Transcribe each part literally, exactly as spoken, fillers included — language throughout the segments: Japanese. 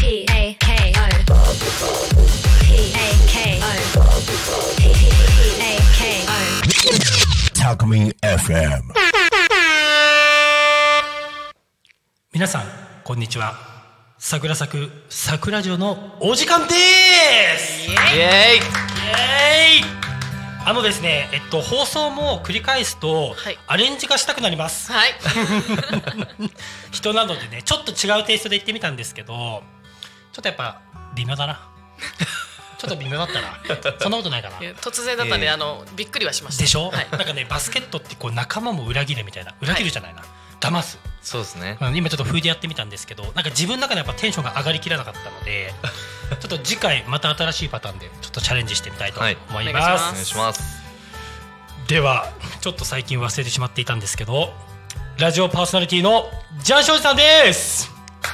P A K O P A K O P A K O タクミン エフエム。 皆さんこんにちは。桜咲く桜城のお時間でーす。イエーイイエーイ。あのですね、えっと放送も繰り返すと、はい、アレンジがしたくなります。はい。人なのでね、ちょっと違うテイストで言ってみたんですけど、ちょっとやっぱ微妙だな。ちょっと微妙だったな。そんなことないかな。 突然だったんで、えー、あのびっくりはしました。 でしょ。 はい、 なんかね、バスケットってこう仲間も裏切るみたいな、裏切るじゃないな。はい、騙す。 そうですね。 今ちょっと風でやってみたんですけど、なんか自分の中でやっぱテンションが上がりきらなかったのでちょっと次回また新しいパターンでちょっとチャレンジしてみたいと思います。はい、お願いします。ではちょっと最近忘れてしまっていたんですけど、ラジオパーソナリティのジャンショウジさんです。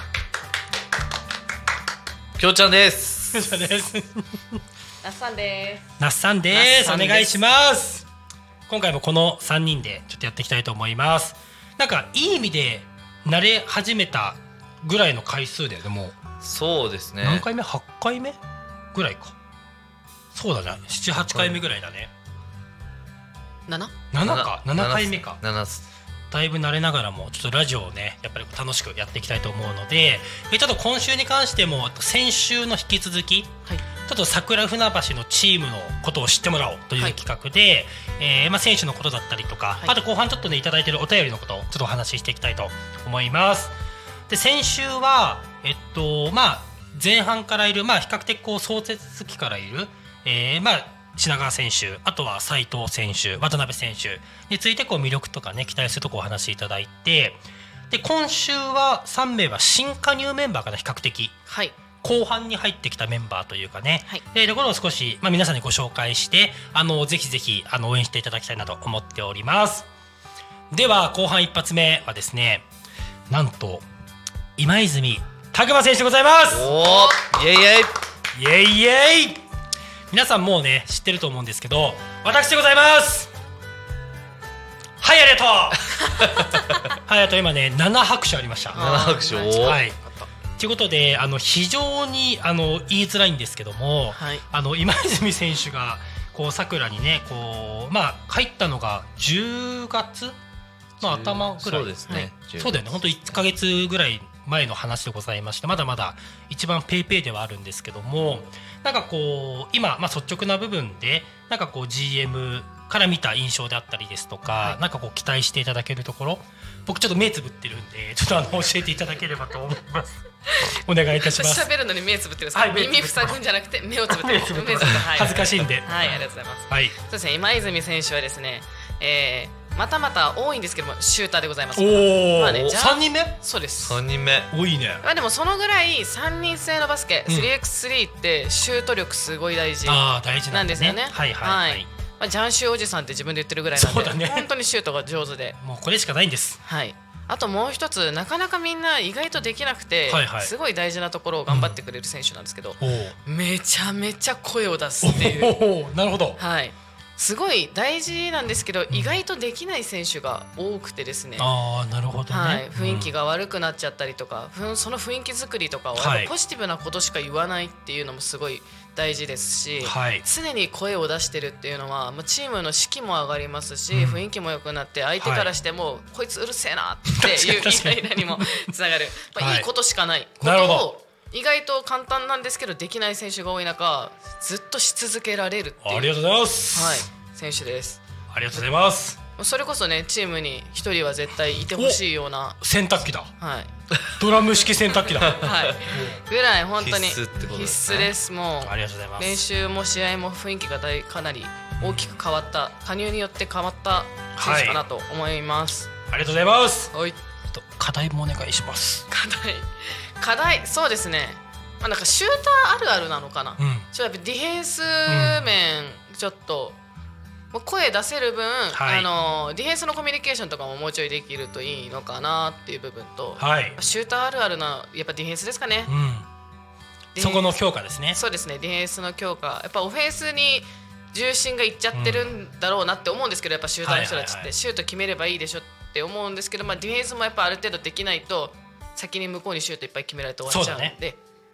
きょうちゃんです。 なっさんです。 なっさんです。お願いします。今回もこのさんにんでちょっとやっていきたいと思います。なんかいい意味で慣れ始めたぐらいの回数だよね。もうそうですね。 何回目？はちかいめぐらいか。そうだね、なな、はちかいめぐらいだね。なな? ななか、ななかいめか。 ななだいぶ慣れながらもちょっとラジオをね、やっぱり楽しくやっていきたいと思うので、ちょっと今週に関しても先週の引き続き、はい、ちょっと桜船橋のチームのことを知ってもらおうという企画で、はい、えーまあ、選手のことだったりとか、はい、あと後半ちょっとねいただいているお便りのことをちょっとお話ししていきたいと思います。で、先週はえっとまあ前半からいる、まあ、比較的こう創設期からいる、えー、まあ品川選手、あとは斉藤選手、渡辺選手についてこう魅力とかね期待するところをお話しいただいて、で今週はさんめいは新加入メンバーから比較的、はい、後半に入ってきたメンバーというかね、はい、でところを少し、まあ、皆さんにご紹介して、あのぜひぜひあの応援していただきたいなと思っております。では後半一発目はですね、なんと今泉拓磨選手でございます。 おー、イエイイエイイエイイエイ。皆さんもうね知ってると思うんですけど、私でございます。はい、ありがとう。はい、ありがとう。今ねなな拍手ありました。 なな拍手。 はい。ということで、あの非常にあの言いづらいんですけども、はい、あの今泉選手がこう桜にねこう、まあ、入ったのがじゅうがつの頭ぐらい。 そうですね、 はい、そうだよね。本当いっかげつぐらい前の話でございまして、まだまだ一番ペイペイではあるんですけども、なんかこう今、まあ、率直な部分でなんかこう ジーエム から見た印象であったりですとか、はい、なんかこう期待していただけるところ、僕ちょっと目つぶってるんでちょっとあの教えていただければと思います。お願いいたします。 喋るのに目つぶってるんですか？はい、耳塞ぐんじゃなくて目をつぶってる。 恥ずかしいんで。 はい、ありがとうございます。 はい、 そうですね、今泉選手はですね、えーまたまた多いんですけどもシューターでございます。 おー、まあね、さんにんめ？ そうです。 さんにんめ多いね。 まあでもそのぐらいさんにん制のバスケ、うん、スリーエックススリー ってシュート力すごい大事なんですよね。 はいはいはい。 まあ、ジャンシューおじさんって自分で言ってるぐらいなんで、そうだね、本当にシュートが上手で、 もうこれしかないんです。 はい。あともう一つ、なかなかみんな意外とできなくて、はいはい、すごい大事なところを頑張ってくれる選手なんですけど、うん、めちゃめちゃ声を出すっていう。 なるほど。 はい。すごい大事なんですけど、意外とできない選手が多くてですね、 あー、なるほどね、 はい、雰囲気が悪くなっちゃったりとか、うん、その雰囲気作りとかをポジティブなことしか言わないっていうのもすごい大事ですし、はい、常に声を出してるっていうのはチームの士気も上がりますし、うん、雰囲気も良くなって相手からしても、はい、こいつうるせえなっていうイライラにもつながる、まあ、いいことしかないことを意外と簡単なんですけどできない選手が多い中、ずっとし続けられるっていう、 ありがとうございます、 はい、選手です。 ありがとうございます。 それこそね、チームに一人は絶対いてほしいような洗濯機だ、 はい、 ドラム式洗濯機だ、 はい、ぐらい本当に必須ってことですね。 必須です。もうありがとうございます。 練習も試合も雰囲気が大かなり大きく変わった、加入によって変わった選手かなと思います、 はい、ありがとうございます。 はい、 課題もお願いします。 課題課題そうですね、まあ、なんかシューターあるあるなのかな、うん、ちょっとやっぱディフェンス面、うん、ちょっと声出せる分、はい、あのディフェンスのコミュニケーションとかももうちょいできるといいのかなっていう部分と、はい、シューターあるあるなやっぱディフェンスですかね、 うん、そこの強化ですね。 そうですね、ディフェンスの強化、やっぱオフェンスに重心がいっちゃってるんだろうなって思うんですけど、やっぱシューターの人たちってシュート決めればいいでしょって思うんですけど、まあ、ディフェンスもやっぱある程度できないと先に向こうにシュートいっぱい決められて終わっちゃうんで、ね、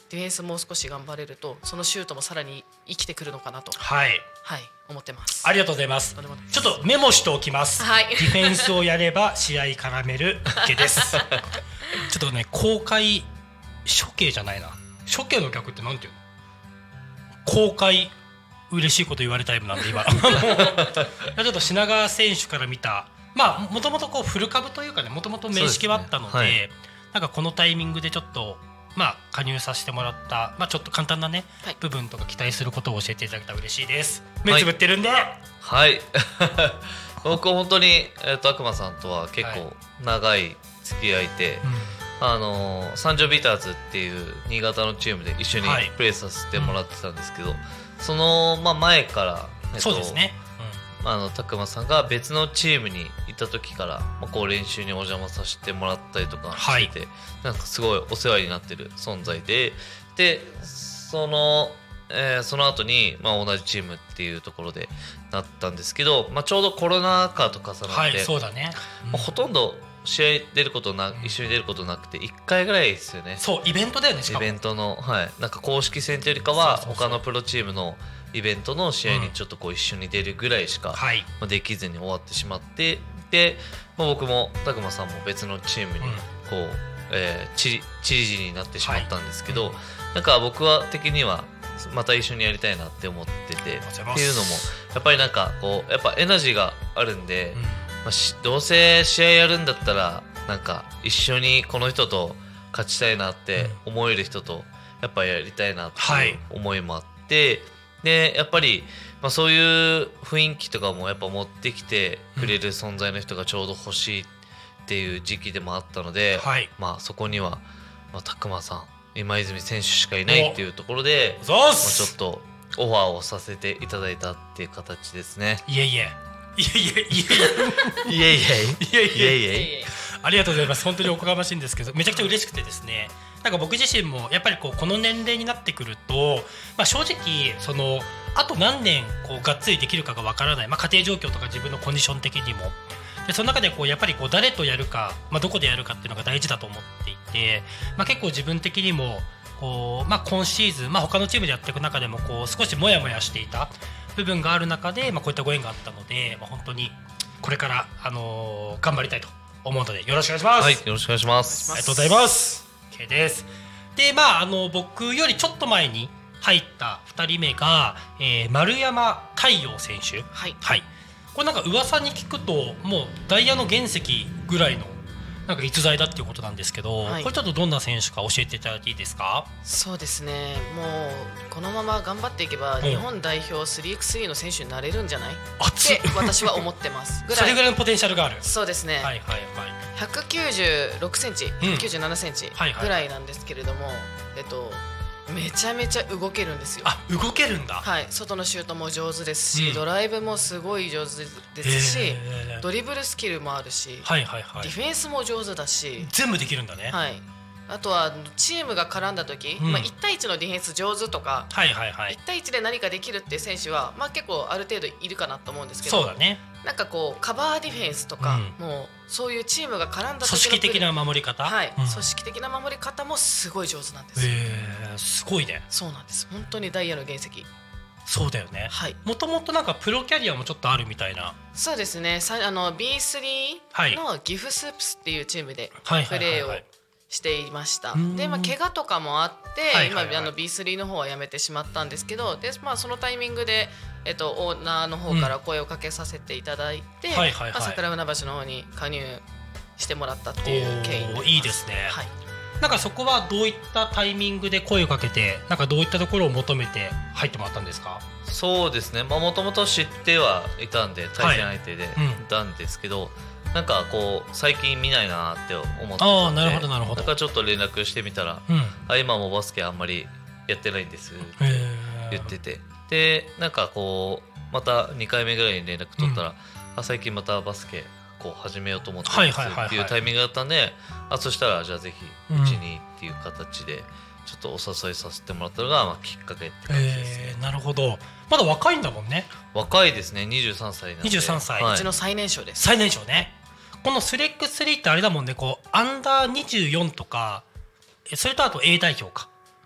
ディフェンスもう少し頑張れるとそのシュートもさらに生きてくるのかなと、 はい、 はい、思ってます。 ありがとうございます。ちょっとメモしておきます、 はい、 ディフェンスをやれば試合絡める池ですちょっとね、公開処刑じゃないな、処刑の逆ってなんていうの、公開嬉しいこと言われたいなんで今ちょっと品川選手から見た、まあもともとこうフル株というかね、もともと面識はあったの で, で、ねはい、なんかこのタイミングでちょっとまあ加入させてもらった、まあ、ちょっと簡単なね、はい、部分とか期待することを教えていただけたら嬉しいです。目つぶってるんで、はい、 はい、僕本当に、えー、と悪魔さんとは結構長い付き合いで、はい、あのー、三条ビーターズっていう新潟のチームで一緒にプレーさせてもらってたんですけど、はい、うん、その、まあ、前から、 えっと、そうですね、 うん、あの拓磨さんが別のチームにいた時から、まあ、こう練習にお邪魔させてもらったりとかしてて、はい、なんかすごいお世話になってる存在で、でその、えー、その後に、まあ、同じチームっていうところでなったんですけど、まあ、ちょうどコロナ禍と重なって、 はい、そうだね、 うん、まあ、ほとんど試合出ることな、一緒に出ることなくていっかいぐらいですよね。 そう、イベントだよね、しかもイベントの、はい、なんか公式戦というよりかは他のプロチームのイベントの試合にちょっとこう一緒に出るぐらいしかできずに終わってしまって、で、まあ、僕も拓磨さんも別のチームにこう、えー、チリチリジになってしまったんですけど、はい、なんか僕は的にはまた一緒にやりたいなって思ってて、っていうのもやっぱりなんかこうやっぱエナジーがあるんで、うん、まあ、どうせ試合やるんだったらなんか一緒にこの人と勝ちたいなって思える人とやっぱやりたいなっていう思いもあって、はい、でやっぱり、まあ、そういう雰囲気とかもやっぱ持ってきてくれる存在の人がちょうど欲しいっていう時期でもあったので、はい、まあ、そこには、まあ、拓磨さん、今泉選手しかいないっていうところで、まあ、ちょっとオファーをさせていただいたっていう形ですね。 いえいえいえいえいえいえいえいえいえありがとうございます。本当におこがましいんですけど、めちゃくちゃ嬉しくてですね、なんか僕自身もやっぱりこうこの年齢になってくると、まあ、正直そのあと何年こうがっつりできるかがわからない、まあ、家庭状況とか自分のコンディション的にも、でその中でこうやっぱりこう誰とやるか、まあ、どこでやるかっていうのが大事だと思っていて、まあ、結構自分的にもこう、まあ、今シーズン、まあ、他のチームでやっていく中でもこう少しモヤモヤしていた部分がある中で、まあ、こういったご縁があったので、まあ、本当にこれから、あのー、頑張りたいと思うのでよろしくお願いします。 はい、よろしくお願いします。 ありがとうございます。 OK です。で、まあ、あの僕よりちょっと前に入ったふたりめが、えー、丸山太陽選手、 はいはい、これなんか噂に聞くともうダイヤの原石ぐらいのなんか逸材だっていうことなんですけど、はい、これちょっとどんな選手か教えていただいていいですか？ そうですね、もうこのまま頑張っていけば日本代表 スリーエックススリー の選手になれるんじゃないって私は思ってますぐらいそれぐらいのポテンシャルがある。そうですね、はいはいはい、ひゃくきゅうじゅうろくセンチ、ひゃくきゅうじゅうななセンチぐらいなんですけれども、えっとめちゃめちゃ動けるんですよ。 あ、動けるんだ。 はい、外のシュートも上手ですし、うん、ドライブもすごい上手ですし、ドリブルスキルもあるし、はいはいはい、ディフェンスも上手だし、 全部できるんだね。 はい、あとはチームが絡んだ時、うん、まあ、いち対いちのディフェンス上手とか、はいはいはい、いち対いちで何かできるっていう選手は、まあ、結構ある程度いるかなと思うんですけど、 そうだね、 なんかこうカバーディフェンスとか、うん、もうそういうチームが絡んだ時の組織的な守り方、 はい、うん、組織的な守り方もすごい上手なんですよ。 へー、すごいね。 そうなんです、本当にダイヤの原石。 そうだよね。もともとなんかプロキャリアもちょっとあるみたいな。 そうですね、さあの ビースリー のギフスープスっていうチームでプレーをしていました。で、まあ、怪我とかもあって、はいはいはい、今あの ビースリー の方はやめてしまったんですけど、で、まあ、そのタイミングで、えっと、オーナーの方から声をかけさせていただいて、うん、はいはいはい、まあ、桜船橋の方に加入してもらったっていう経緯になります。 いいですね、はい。なんかそこはどういったタイミングで声をかけて、なんかどういったところを求めて入ってもらったんですか？ そうですね、もともと知ってはいたんで対戦相手でいたんですけど、はい、うん、なんかこう最近見ないなって思ってたんで、 あ、なるほどなるほど、 だからちょっと連絡してみたら、うん、あ、今もバスケあんまりやってないんですって言ってて、でなんかこうまたにかいめぐらいに連絡取ったら、うん、あ、最近またバスケこう始めようと思ってますっていうタイミングだったんで、あ、そしたらじゃあぜひうちにっていう形でちょっとお誘いさせてもらったのが、まあ、きっかけって感じですね。 えー、なるほど。まだ若いんだもんね。 若いですね、にじゅうさんさいなんで。 にじゅうさんさい、 はい、うちの最年少です。 最年少ね。この スリーエックススリー ってあれだもんね、こうアンダーにじゅうよんとか、それとあと A 代表か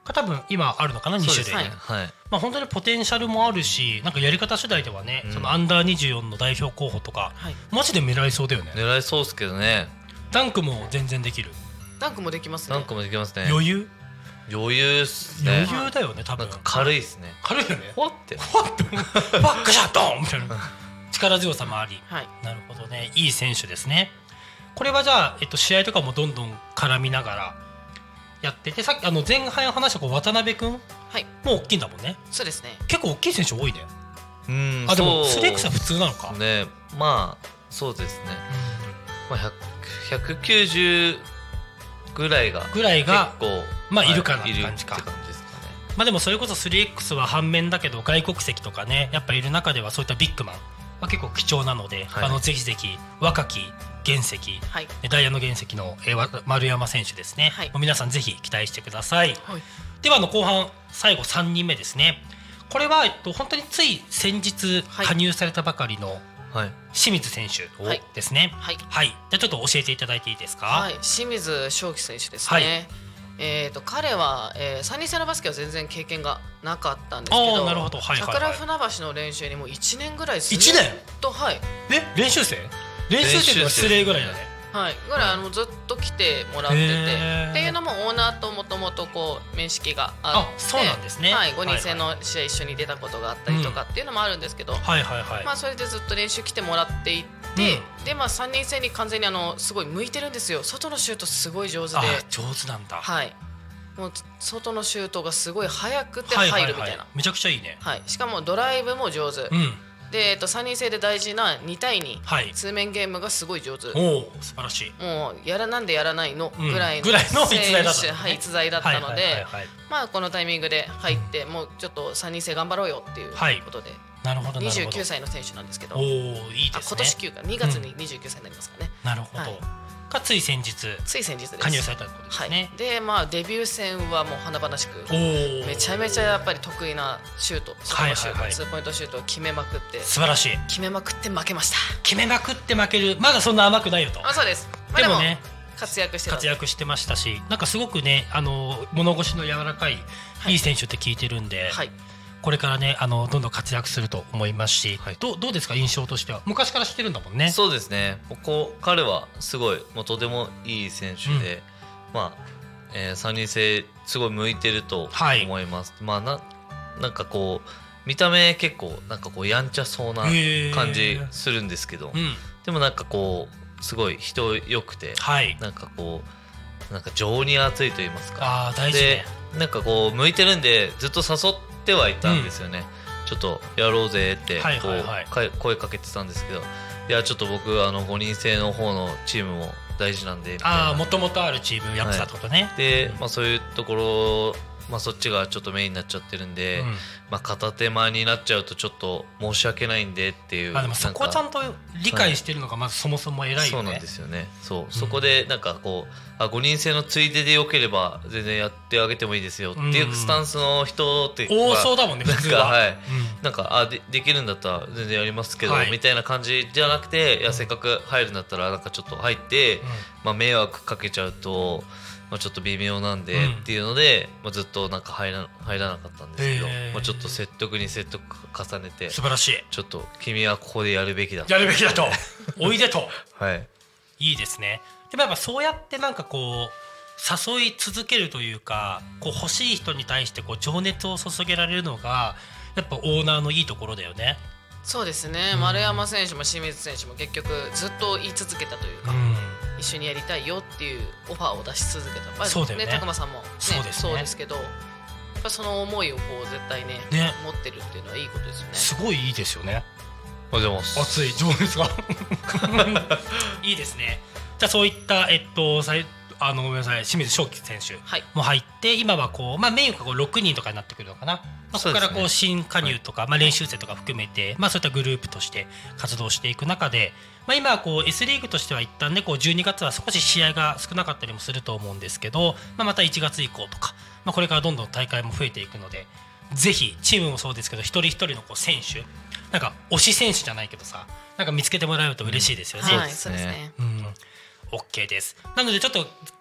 が多分今あるのかなに種類、 ねはいまあ、本当にポテンシャルもあるしなんかやり方次第ではね、うん、そのアンダーにじゅうよんの代表候補とか、はい、マジで狙いそうだよね。 狙いそうですけどね。 ダンクも全然できる。 ダンクもできますね。 ダンクもできますね。 余裕余裕っすね。 余裕だよね多分。 なんか軽いっすね。 軽いよね。 ほわってほわってバックシャットみたいな力強さもあり、はい、なるほどね。いい選手ですね。これはじゃあ、えっと、試合とかもどんどん絡みながらやってて、さっきあの前半話したこう渡辺君、はい、もう大きいんだもんね。 そうですね。 結構大きい選手多いね。 うん。 あでも スリーエックス は普通なのかね。まあそうですね、まあ、ひゃくきゅうじゅうぐらいがぐらいが結構まあいるかなって感じか。 いるって感じですかね。 まあでもそれこそ スリーエックス は反面だけど外国籍とかねやっぱいる中ではそういったビッグマンは結構貴重なので、はい、あのぜひぜひ若き原石、はい、ダイヤの原石の丸山選手ですね、はい、皆さんぜひ期待してください、はい、ではあの後半最後さんにんめですね。これは、えっと、本当につい先日加入されたばかりの清水選手ですね、はいはいはい、じゃあちょっと教えていただいていいですか。 はい、清水翔輝選手ですね、はいえー、と彼は、えー、さんにん制のバスケは全然経験がなかったんですけど、 なるほど、はいはいはい、 桜船橋の練習にもういちねんぐらいずっといちねんと、 はい、 え練習生練習生は失礼ぐらいだね。 はい、ぐらいあのずっと来てもらっててっていうのもオーナーともともとこう面識があって、 あそうなんですね、 はい、ごにん制の試合一緒に出たことがあったりとかっていうのもあるんですけど、はいはいはい、まあそれでずっと練習来てもらっていって、うん、でまあさんにん制に完全にあのすごい向いてるんですよ。外のシュートすごい上手で、あ上手なんだ、 はい、もう外のシュートがすごい速くて入るみたいな、はいはいはい、 めちゃくちゃいいね、 はい、しかもドライブも上手、うんでえっと、さんにん制で大事なにたいに、はい、通面ゲームがすごい上手。 お素晴らしい。 もうやらなんでやらないのぐらいの、 うん、ぐらいの逸材だった、ね、 はい、逸材だったので、まあこのタイミングで入って、うん、もうちょっとさんにん制頑張ろうよっていうことで、はい、 なるほどなるほど。 にじゅうきゅうさいの選手なんですけど、 おいいですね。 今年きゅうかにがつににじゅうきゅうさいになりますからね、 うん、なるほど、はいがつい先日つい先日です加入されたことですね、 はい、でまあデビュー戦はもう華々しくめちゃめちゃやっぱり得意なシュート外のシュート、はいはいはい、ツーポイントシュートを決めまくって素晴らしい決めまくって負けました。 決めまくって負けるまだそんな甘くないよと。 あそうです、まあ、 でもね活躍して活躍してましたし、なんかすごくねあの物腰の柔らかい、はい、いい選手って聞いてるんで、はい、これからねあのどんどん活躍すると思いますし、はい、ど, どうですか印象としては。昔から知ってるんだもんね。 そうですね。こう彼はすごいもうとてもいい選手で、うん、まあ、えー、さんにん制すごい向いてると思います、はい、まあななんかこう見た目結構なんかこうやんちゃそうな感じするんですけど、うん、でもなんかこうすごい人良くて、はい、なんかこうなんか情に熱いと言いますか。 あ大事ね。 でなんかこう向いてるんでずっと誘ってはいたんですよね、うん、ちょっとやろうぜってこう、はいはいはい、声かけてたんですけど、いやちょっと僕あのごにん制の方のチームも大事なんでみたいな。 あもともとあるチームやってたってことね、 はい、で、まあ、そういうところまあ、そっちがちょっとメインになっちゃってるんで、うんまあ、片手間になっちゃうとちょっと申し訳ないんでっていう。 あでもそこはちゃんと理解してるのがまずそもそも偉いよね、はい、 そうなんですよね。そう、うん、そこでなんかこうあごにん制のついででよければ全然やってあげてもいいですよっていうスタンスの人って多そうだもんね普通は。 はい、うん、なんかあ で, できるんだったら全然やりますけど、はい、みたいな感じじゃなくて、いやせっかく入るんだったらなんかちょっと入って、うんまあ、迷惑かけちゃうとまあ、ちょっと微妙なんでっていうので、うんまあ、ずっとなんか入ら、入らなかったんですけど、まあ、ちょっと説得に説得重ねて素晴らしい。 ちょっと君はここでやるべきだやるべきだとおいでとはいいいですね。でもやっぱそうやってなんかこう誘い続けるというかこう欲しい人に対してこう情熱を注げられるのがやっぱオーナーのいいところだよね。 そうですね、うん、丸山選手も清水選手も結局ずっと言い続けたというか、うん一緒にやりたいよっていうオファーを出し続けた、まあ、 そうだよね。 拓磨さんも、ね、そうですね、そうですけどやっぱその思いをこう絶対 ね, ね持ってるっていうのはいいことですよね。 すごいいいですよね。 おはようございます。 熱い情熱がいいですね。じゃあそういったえっとあのごめんなさい清水翔輝選手も入って、はい、今はこう、まあ、メインがこうろくにんとかになってくるのかな、まあ、ここからこう新加入とか、まあ、練習生とか含めて、まあ、そういったグループとして活動していく中で、まあ、今はこう S リーグとしては一旦ねこうじゅうにがつは少し試合が少なかったりもすると思うんですけど、まあ、またいちがつ以降とか、まあ、これからどんどん大会も増えていくのでぜひチームもそうですけど一人一人のこう選手なんか推し選手じゃないけどさなんか見つけてもらえると嬉しいですよね、 うん、はいそうですね、 うん、OK です。なのでちょっと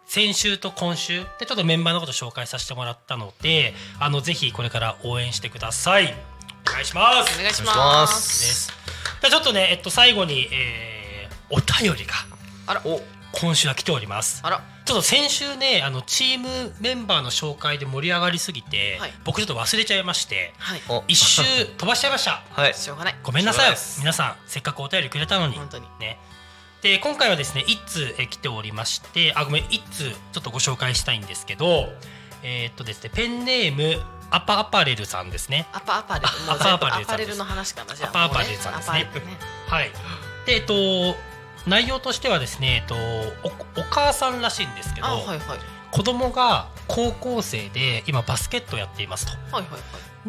先週と今週でちょっとメンバーのことを紹介させてもらったので、あのぜひこれから応援してください。お願いします。 お願いします。 じゃあちょっとね、えっと、最後に、えー、お便りがあらお今週は来ております。あらちょっと先週ね、あのチームメンバーの紹介で盛り上がりすぎて、はい、僕ちょっと忘れちゃいまして、はい、一周飛ばしちゃいました。 はい、しょうがない。 ごめんなさい。皆さんせっかくお便りくれたのに本当にね。で今回はですね一通え来ておりまして、あごめん一通ちょっとご紹介したいんですけど、えー、っとですねペンネームアパアパレルさんですね。 アパアパレルもうアパアパレルの話かな。じゃあアパアパレルさんですね。はい。でえっと内容としてはですね、えっと お, お母さんらしいんですけど、はいはい、子供が高校生で今バスケットをやっていますと。はいはいはい、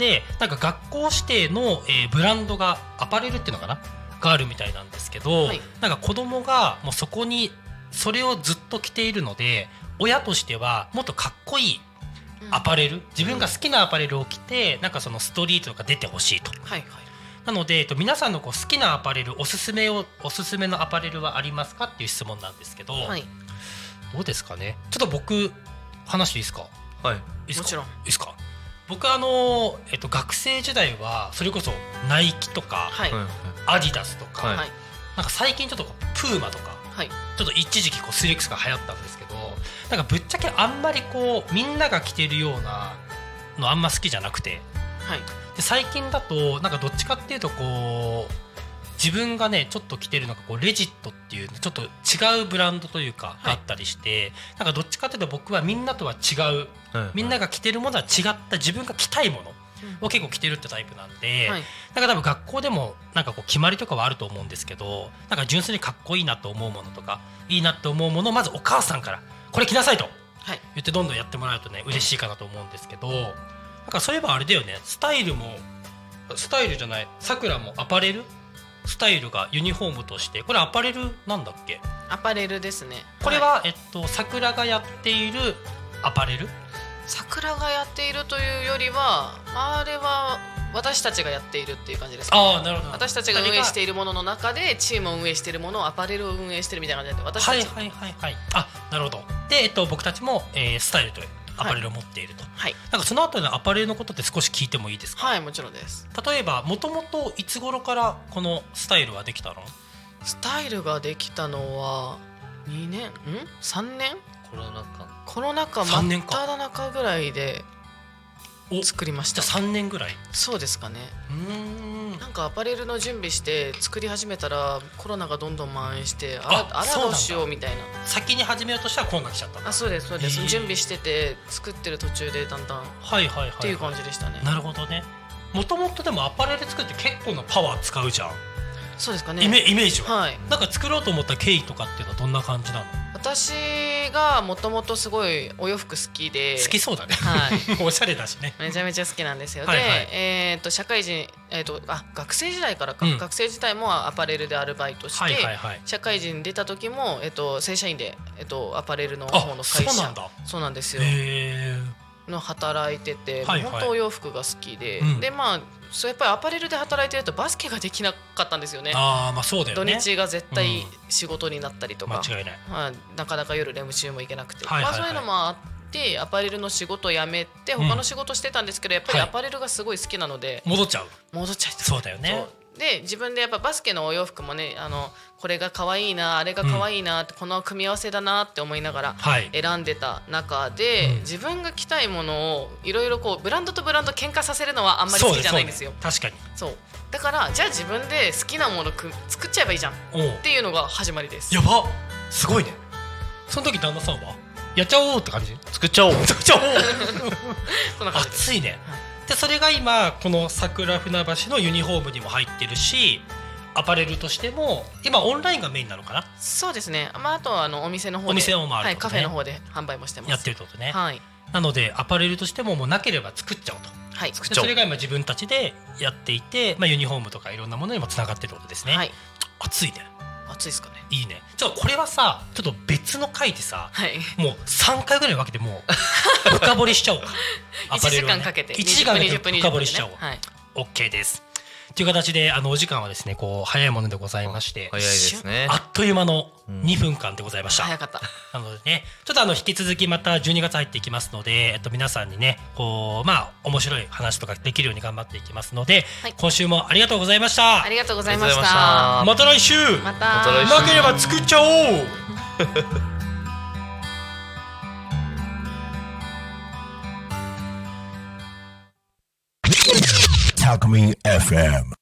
でなんか学校指定の、えー、ブランドがアパレルっていうのかながあるみたいなんですけど、はい、なんか子供がもうそこにそれをずっと着ているので、親としてはもっとかっこいいアパレル、うん、自分が好きなアパレルを着てなんかそのストリートとか出てほしいと、はいはい、なので、えっと、皆さんのこう好きなアパレルおすすめをおすすめのアパレルはありますかっていう質問なんですけど、はい、どうですかね。ちょっと僕話していいですか。 はい、いいですか。 もちろんいいですか。僕あの、えっと、学生時代はそれこそナイキとか、はい、アディダスとか、はい、なんか最近ちょっとプーマとか、はい、ちょっと一時期こうスリーエックスが流行ったんですけど、なんかぶっちゃけあんまりこうみんなが着てるようなのあんま好きじゃなくて、はい、で最近だとなんかどっちかっていうとこう自分がねちょっと着てるのがこうレジットっていうちょっと違うブランドというかがあったりして、はい、なんかどっちかっていうと僕はみんなとは違う、はい、みんなが着てるものは違った自分が着たいものを結構着てるってタイプなんで、はい、なんか多分学校でもなんかこう決まりとかはあると思うんですけど、なんか純粋にかっこいいなと思うものとかいいなと思うものをまずお母さんからこれ着なさいと言ってどんどんやってもらうとね嬉しいかなと思うんですけど、なんかそういえばあれだよね、スタイルもスタイルじゃないさくらもアパレルスタイルがユニフォームとして、これアパレルなんだっけ。 アパレルですね。 これは、はい、えっと桜がやっているアパレル。 桜がやっているというよりはあれは私たちがやっているっていう感じです、 ね、ああなるほど。 私たちが運営しているものの中でチームを運営しているものをアパレルを運営しているみたいな感じで、私たちはいはいはいはい。あなるほど。で、えっと、僕たちも、えー、スタイルというアパレルを持っていると、はい、なんかその後のアパレルのことって少し聞いてもいいですか。 はいもちろんです。 例えばもともといつ頃からこのスタイルはできたの。 スタイルができたのはにねんんさんねんコロナ禍コロナ禍真っ只中ぐらいで作りました。 じゃあさんねんぐらい。 そうですかね。うーんなんかアパレルの準備して作り始めたらコロナがどんどん蔓延して、あらあらどうしようみたいな。 先に始めようとしたらコロナ来ちゃったんだ。 あそうですそうです。準備してて作ってる途中でだんだんはいはいはい、はい、 っていう感じでしたね。 なるほどね。もともとでもアパレル作って結構なパワー使うじゃん。 そうですかね。 イメ、イメージは、 はい、 なんか作ろうと思った経緯とかっていうのはどんな感じなの。 私がもともとすごいお洋服好きで好きそうだね、 はい、 おしゃれだしね。 めちゃめちゃ好きなんですよ。はい、はい、で、えー、と社会人、えー、とあ学生時代からか、うん、学生時代もアパレルでアルバイトして、はいはいはい、社会人出た時も、えー、と正社員で、えー、とアパレルの方の会社そうなんだそうなんですよの働いてて、はいはい、本当お洋服が好きで、うん、でまあそうやっぱりアパレルで働いてるとバスケができなかったんですよね。 あまあそうだよね。 土日が絶対仕事になったりとか、 うん、間違いない、 まあ、なかなか夜練習も行けなくて、はいはいはい、まあ、そういうのもあってアパレルの仕事を辞めて他の仕事してたんですけど、うん、やっぱりアパレルがすごい好きなので、はい、 戻っちゃう戻っちゃうそうだよね。 で自分でやっぱバスケのお洋服もね、あのこれが可愛いなあれが可愛いなって、うん、この組み合わせだなって思いながら選んでた中で、はい、自分が着たいものをいろいろこうブランドとブランド喧嘩させるのはあんまり好きじゃないんですよ。 確かにそうだからじゃあ自分で好きなものく作っちゃえばいいじゃんっていうのが始まりです。 やばすごいね。その時旦那さんはやっちゃおうって感じ。 作っちゃおう作っちゃおうそんな感じです。 熱いね、はい、でそれが今この桜船橋のユニフォームにも入ってるし、アパレルとしても今オンラインがメインなのかな。 そうですね、まあ、あとはあのお店の方でお店もある、ね、 はい、カフェの方で販売もしてます。 やってるってことね、 はい、 なのでアパレルとしてももうなければ作っちゃおうと、はい、作っちゃおう。それが今自分たちでやっていて、まあ、ユニフォームとかいろんなものにもつながってるってことですね、はい、熱いね。 熱いですかね。 いいね。ちょっとこれはさちょっと別の回でさ、はい、もうさんかいぐらい分けてもう深掘りしちゃおうかアパレルを、ね、 いちじかんかけていちじかんかけて深掘りしちゃおう、はい、OK です。 という形であのお時間はですねこう早いものでございまして、 早いですね。 あっという間のにふんかんでございました。 早かった。 なのでね、ちょっとあの引き続きまたじゅうにがつ入っていきますので、えっと皆さんにねこうまあ面白い話とかできるように頑張っていきますので、はい、今週もありがとうございました。 ありがとうございました。 また来週。 また。 なければ作っちゃおう。 タコミン エフエム